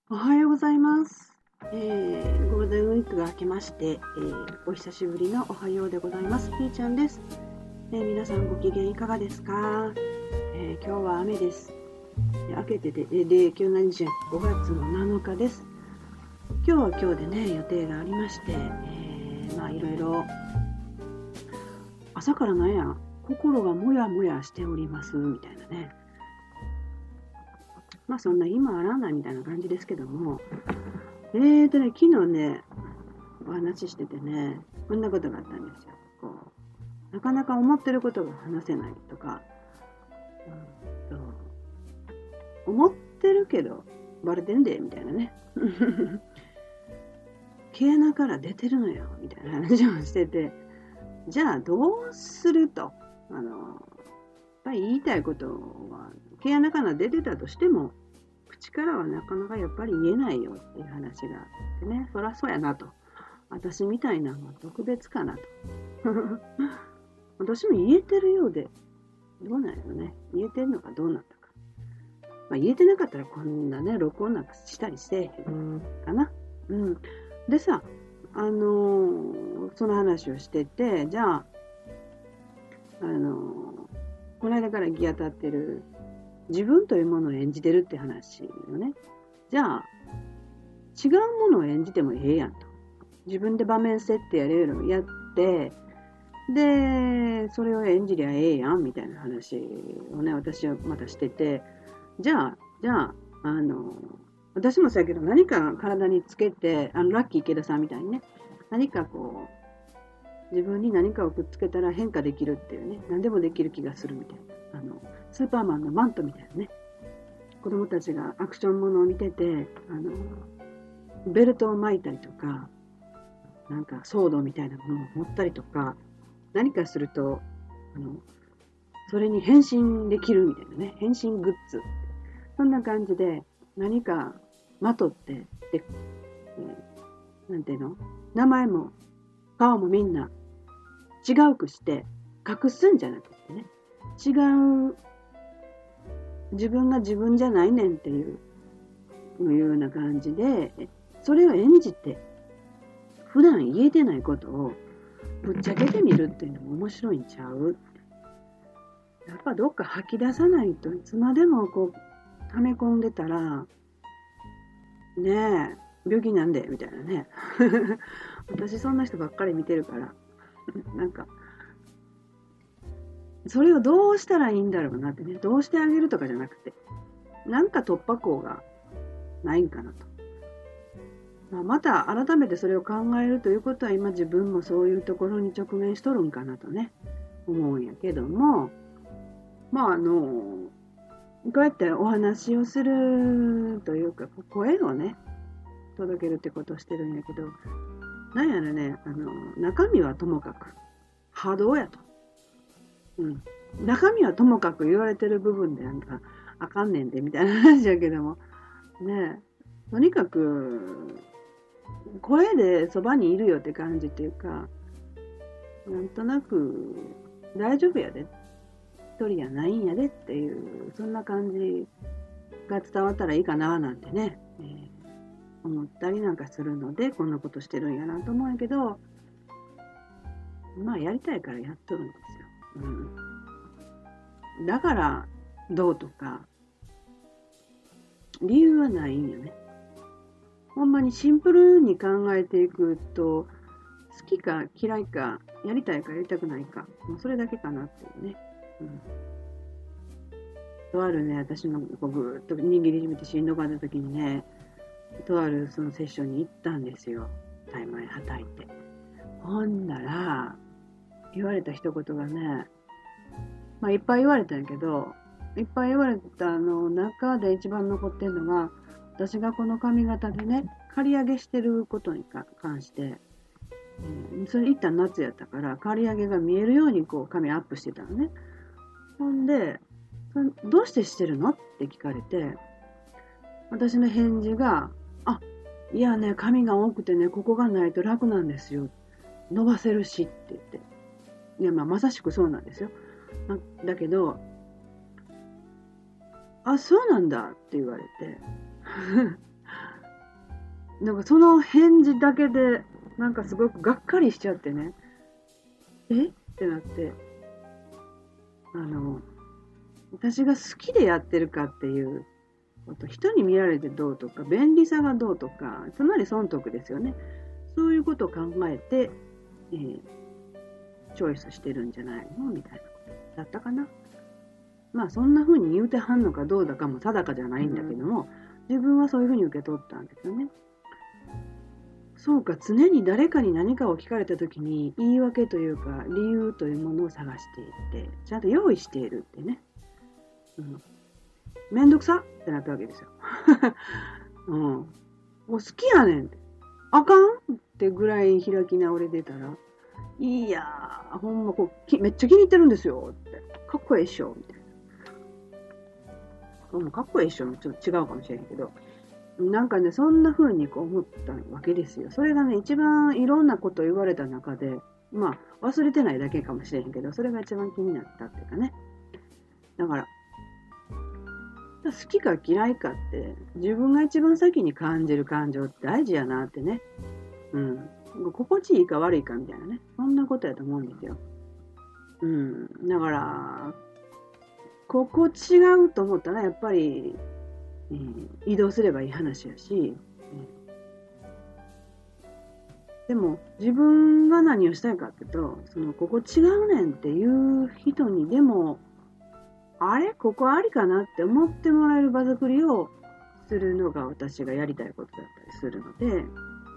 おはようございます。ゴールデンウィークが明けまして、お久しぶりのおはようでございます。ひーちゃんです。皆さんご機嫌いかがですか？今日は雨です。明けてて、今日何日や？ 5 月の7日です。今日は今日でね、予定がありまして、いろいろ朝からなんや、心がもやもやしておりますみたいなね。そんな今あらないみたいな感じですけども、昨日ね、お話ししててね、こんなことがあったんですよ。なかなか思ってることが話せないとか、思ってるけどバレてんでみたいなね。毛穴から出てるのよみたいな話をしてて、じゃあどうすると、やっぱり言いたいことは毛穴から出てたとしても口からはなかなかやっぱり言えないよっていう話があってね、そりゃそうやなと。私みたいなのは特別かなと。私も言えてるようで、どうなんやろね。言えてるのかどうなんだか。言えてなかったらこんなね、録音なんかしたりせえへんかな。でさ、その話をしてて、じゃあ、この間から行き当たってる自分というものを演じてるって話よね。じゃあ、違うものを演じてもええやんと。自分で場面設定やれるのやって、で、それを演じりゃええやんみたいな話をね、私はまたしてて、じゃあ、私もそうやけど、何か体につけて、ラッキー池田さんみたいにね、何か自分に何かをくっつけたら変化できるっていうね、何でもできる気がするみたいな。スーパーマンのマントみたいなね、子供たちがアクションものを見てて、ベルトを巻いたりとか、なんかソードみたいなものを持ったりとか、何かすると、それに変身できるみたいなね、変身グッズ。そんな感じで、何かまとって、で、なんていうの？名前も顔もみんな違うくして隠すんじゃなくてね、違う自分が自分じゃないねんっていうような感じで、それを演じて、普段言えてないことをぶっちゃけてみるっていうのも面白いんちゃう？やっぱどっか吐き出さないといつまでも溜め込んでたら、ねえ、病気なんで、みたいなね。私そんな人ばっかり見てるから、なんか、それをどうしたらいいんだろうなってね、どうしてあげるとかじゃなくて、なんか突破口がないんかなと。また改めてそれを考えるということは、今自分もそういうところに直面しとるんかなとね、思うんやけども、こうやってお話をするというか、声をね、届けるってことをしてるんやけど、なんやらね、中身はともかく、波動やと。中身はともかく言われてる部分でなんか、あかんねんで、みたいな話やけども、ねえ、とにかく、声でそばにいるよって感じっていうか、なんとなく、大丈夫やで。一人やないんやでっていう、そんな感じが伝わったらいいかななんてね、思ったりなんかするので、こんなことしてるんやなと思うんやけど、やりたいからやっとるんですよ。だから、どうとか、理由はないんよね。ほんまにシンプルに考えていくと、好きか嫌いか、やりたいかやりたくないか、もうそれだけかなっていうね。とあるね、私のぐーっと握りしめてしんどかった時にね、とあるそのセッションに行ったんですよ。タイマイはたいて。ほんなら、言われた一言がね、いっぱい言われたんやけど、いっぱい言われたの中で一番残ってんのが、私がこの髪型でね、刈り上げしてることに関して、それ一旦夏やったから、刈り上げが見えるように髪アップしてたのね。ほんで、どうしてしてるのって聞かれて、私の返事が、いやね、髪が多くてね、ここがないと楽なんですよ。伸ばせるしって言って。いや、まさしくそうなんですよ。だけど、そうなんだって言われて。 なんかその返事だけで、なんかすごくがっかりしちゃってね、ってなって、私が好きでやってるかっていうこと、人に見られてどうとか、便利さがどうとか、つまり損得ですよね。そういうことを考えて、チョイスしてるんじゃないのみたいなことだったかな。まあそんな風に言うてはんのかどうだかも定かじゃないんだけども、自分はそういう風に受け取ったんですよね。そうか、常に誰かに何かを聞かれた時に言い訳というか理由というものを探していって、ちゃんと用意しているってね。めんどくさってなったわけですよ。もう好きやねんって。あかんってぐらい開き直り出たら、いやー、ほんまめっちゃ気に入ってるんですよって。かっこいいっしょみたいな。かっこいいっしょもちょっと違うかもしれへんけど、なんかね、そんな風に思ったわけですよ。それがね、一番いろんなこと言われた中で、まあ、忘れてないだけかもしれへんけど、それが一番気になったっていうかね。だから、好きか嫌いかって、自分が一番先に感じる感情って大事やなってね。心地いいか悪いかみたいなね。そんなことやと思うんですよ。だから、心地違うと思ったら、やっぱり、移動すればいい話やし、でも自分が何をしたいかっていうと、ここ違うねんっていう人にでも、あれここありかなって思ってもらえる場作りをするのが私がやりたいことだったりするので、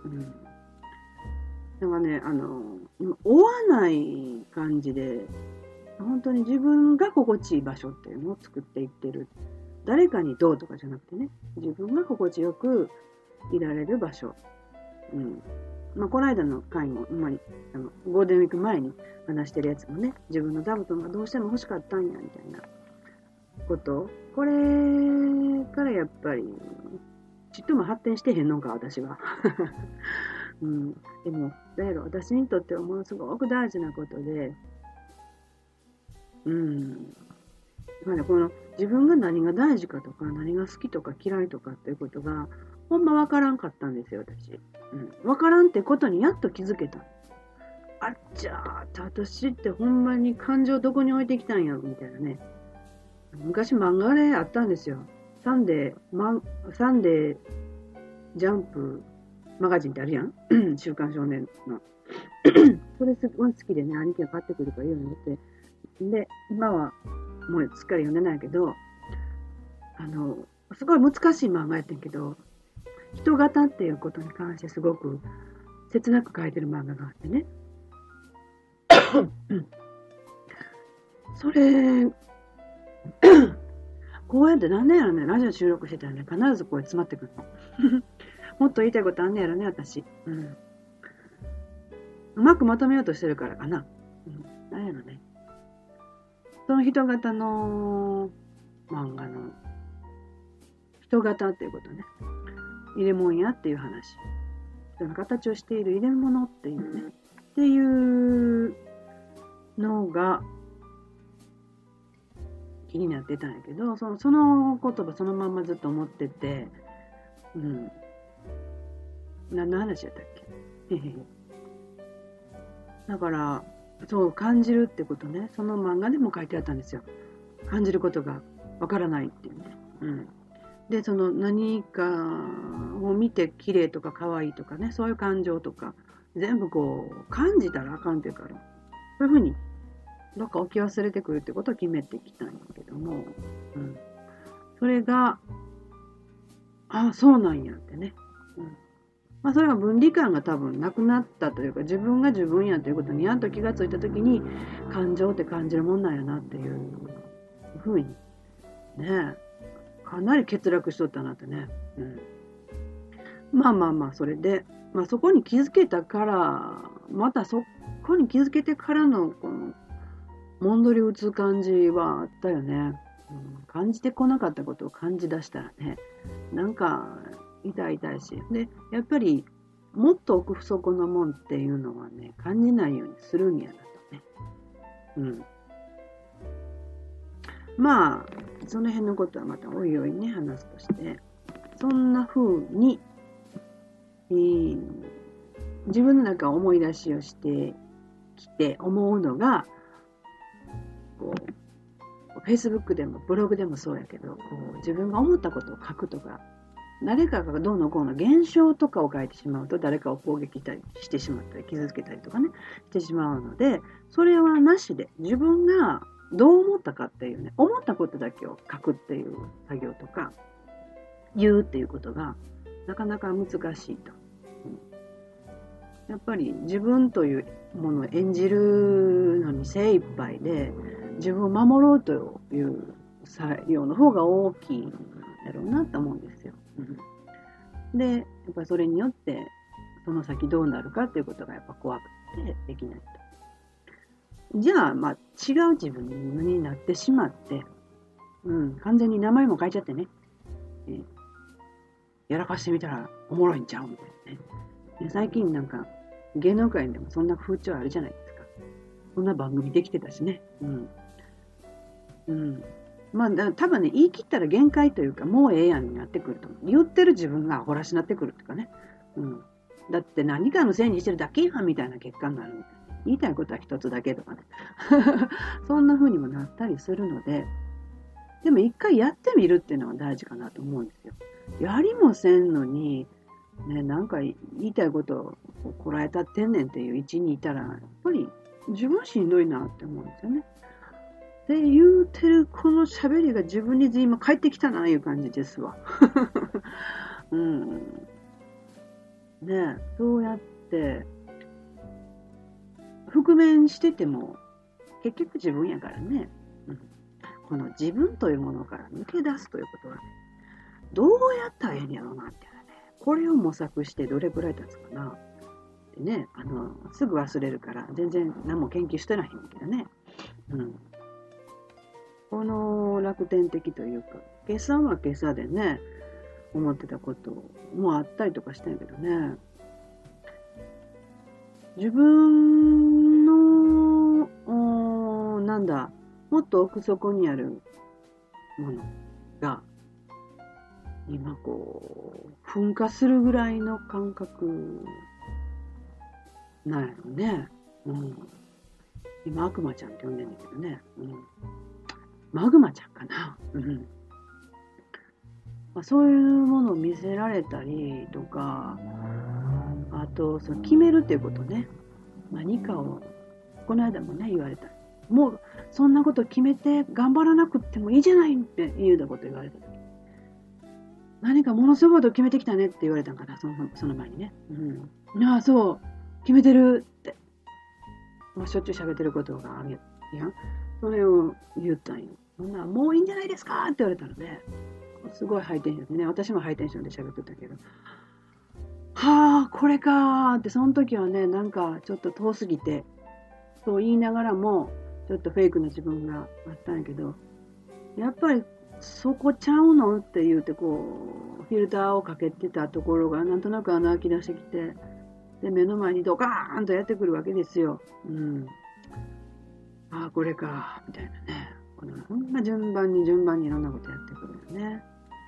だからね、追わない感じで、本当に自分が心地いい場所っていうのを作っていってる。誰かにどうとかじゃなくてね、自分が心地よくいられる場所。この間の回も、ゴールデンウィーク前に話してるやつもね、自分の座布団がどうしても欲しかったんや、みたいなこと。これからやっぱり、ちっとも発展してへんのか、私は。でも、私にとってはものすごく大事なことで、この自分が何が大事かとか、何が好きとか嫌いとかっていうことが、ほんまわからんかったんですよ、私。わからんってことにやっと気づけた。あっちゃー、私ってほんまに感情どこに置いてきたんやろ、みたいなね。昔漫画であったんですよ。サンデージャンプマガジンってあるやん。週刊少年の。それすごい好きでね、兄貴が買ってくるから言うのって。で、今はもうすっかり読んでないけど、すごい難しい漫画やってんけど、人型っていうことに関してすごく切なく書いてる漫画があってね。それ、こうやってなんでやろね、ラジオ収録してたらね、必ずこう詰まってくるの。もっと言いたいことあんねやろね、私。うまくまとめようとしてるからかな。なんやろね。その人型の漫画の人型っていうことね。入れ物やっていう話。人の形をしている入れ物っていうね。っていうのが気になってたんやけど、その言葉そのままずっと思ってて、何の話やったっけだから、そう感じるってことね、その漫画でも書いてあったんですよ。感じることがわからないっていうね。で、その何かを見て綺麗とか可愛いとかね、そういう感情とか、全部こう、感じたらあかんっていうから、そういうふうに、どっか置き忘れてくるってことを決めてきたんだけども、それが、そうなんやってね。それが分離感が多分なくなったというか、自分が自分やということにやっと気がついたときに、感情って感じるもんなんやなっていうふうに、ね、かなり欠落しとったなってね。それで、そこに気づけたから、またそこに気づけてからの、この、もんどり打つ感じはあったよね。感じてこなかったことを感じ出したらね、なんか、痛いし。で、やっぱり、もっと奥底のもんっていうのはね、感じないようにするんやなとね。その辺のことはまたおいおいね、話すとして、そんな風に自分の中思い出しをしてきて思うのが、こう、Facebook でもブログでもそうやけど、こう自分が思ったことを書くとか、誰かがどうのこうの現象とかを書いてしまうと、誰かを攻撃したりしてしまったり、傷つけたりとかね、してしまうので、それはなしで、自分がどう思ったかっていうね、思ったことだけを書くっていう作業とか、言うっていうことが、なかなか難しいと。やっぱり自分というものを演じるのに精一杯で、自分を守ろうという作用の方が大きいんだろうなと思うんですよ。で、やっぱりそれによって、その先どうなるかっていうことがやっぱ怖くてできないと。じゃあ、まあ、違う自分になってしまって、完全に名前も変えちゃってね、やらかしてみたらおもろいんちゃうみたいなね。最近なんか芸能界でもそんな風潮あるじゃないですか。そんな番組できてたしね。まあ多分ね、言い切ったら限界というか、もうええやんになってくると思う。言ってる自分がアホらしになってくるっていうかね。だって何かのせいにしてるだけやんみたいな結果になるみたいな。言いたいことは一つだけとかね。そんな風にもなったりするので、でも一回やってみるっていうのは大事かなと思うんですよ。やりもせんのに、ね、なんか言いたいことをこらえたってんねんっていう位置にいたら、やっぱり自分しんどいなって思うんですよね。で、言うてるこの喋りが自分に今返ってきたないう感じですわ。ね、そうやって覆面してても結局自分やからね。この自分というものから抜け出すということはね、どうやったらええんやろうなってね、これを模索してどれくらい経つかなってね、すぐ忘れるから全然何も研究してないんだけどね。この楽天的というか、今朝は今朝でね、思ってたこともあったりとかしたんやけどね、自分の、もっと奥底にあるものが、今こう、噴火するぐらいの感覚なんやろね。今、悪魔ちゃんって呼んでんだけどね。マグマちゃんかな。そういうものを見せられたりとか、あと、その決めるっていうことね。何かを、この間もね、言われた。もう、そんなこと決めて頑張らなくてもいいじゃないっていうようなこと言われた時。何かものすごいこと決めてきたねって言われたんかな、その前にね。ああ、そう、決めてるって。しょっちゅう喋ってることがあるやん。それを言ったんよ。もういいんじゃないですかって言われたので、すごいハイテンションでね、私もハイテンションで喋ってたけど、はあ、これかーって、その時はね、なんかちょっと遠すぎて、そう言いながらも、ちょっとフェイクの自分があったんやけど、やっぱりそこちゃうのって言うて、こう、フィルターをかけてたところが、なんとなく開き出してきて、で、目の前にドカーンとやってくるわけですよ。ああ、これか、みたいなね。こんな順番にいろんなことやってくるよね。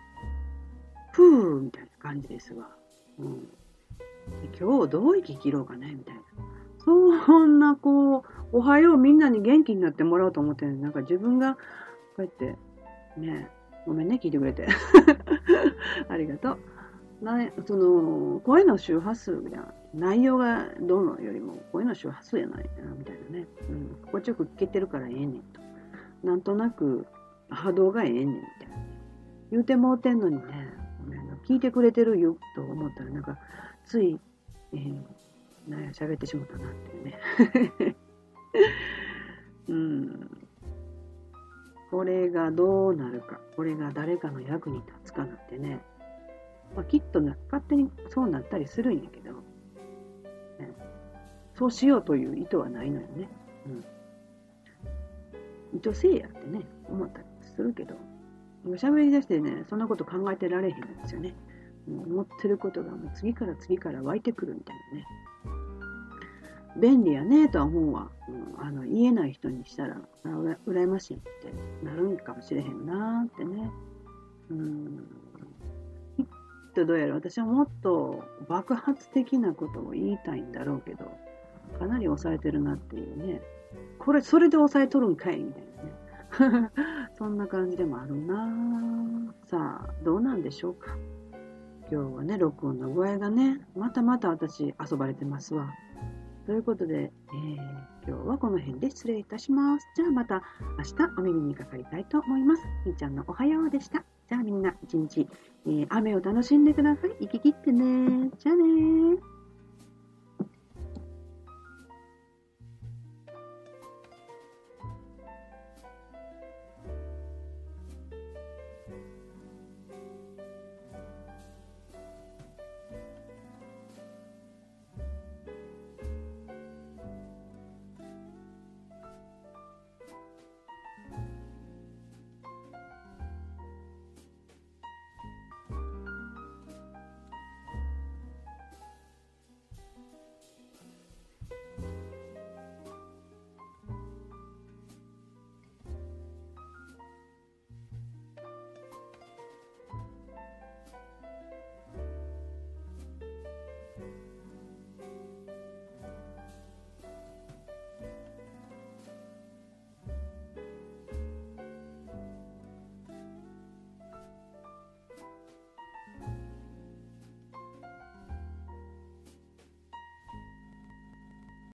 ふーみたいな感じですわ。今日どう生き切ろうかねみたいな。そんなこう、おはようみんなに元気になってもらおうと思ってるのに、なんか自分がこうやってね、ごめんね聞いてくれてありがとう。その声の周波数が内容がどうのよりも声の周波数やないなみたいなね。心地よく聞けてるからええねんと。なんとなく波動がええねんみたいな。言うてもうてんのにね、聞いてくれてるよと思ったらなんかつい、喋ってしまったなっていうね。これがどうなるか、これが誰かの役に立つかなんてね、きっと勝手にそうなったりするんやけど、そうしようという意図はないのよね。意図せえやってね、思ったりするけど、喋り出してね、そんなこと考えてられへんんですよね。思ってることがもう次から湧いてくるみたいなね。便利やねとは思うわ。言えない人にしたら、羨ましいってなるんかもしれへんなーってね。一とどうやら私はもっと爆発的なことを言いたいんだろうけど、かなり抑えてるなっていうね。それで抑えとるんかいみたいなね。そんな感じでもあるな。さあ、どうなんでしょうか。今日はね、録音の具合がね、また私遊ばれてますわ。ということで、今日はこの辺で失礼いたします。じゃあまた明日お耳にかかりたいと思います。みーちゃんのおはようでした。じゃあみんな一日、雨を楽しんでください。生き切ってね。じゃあねー。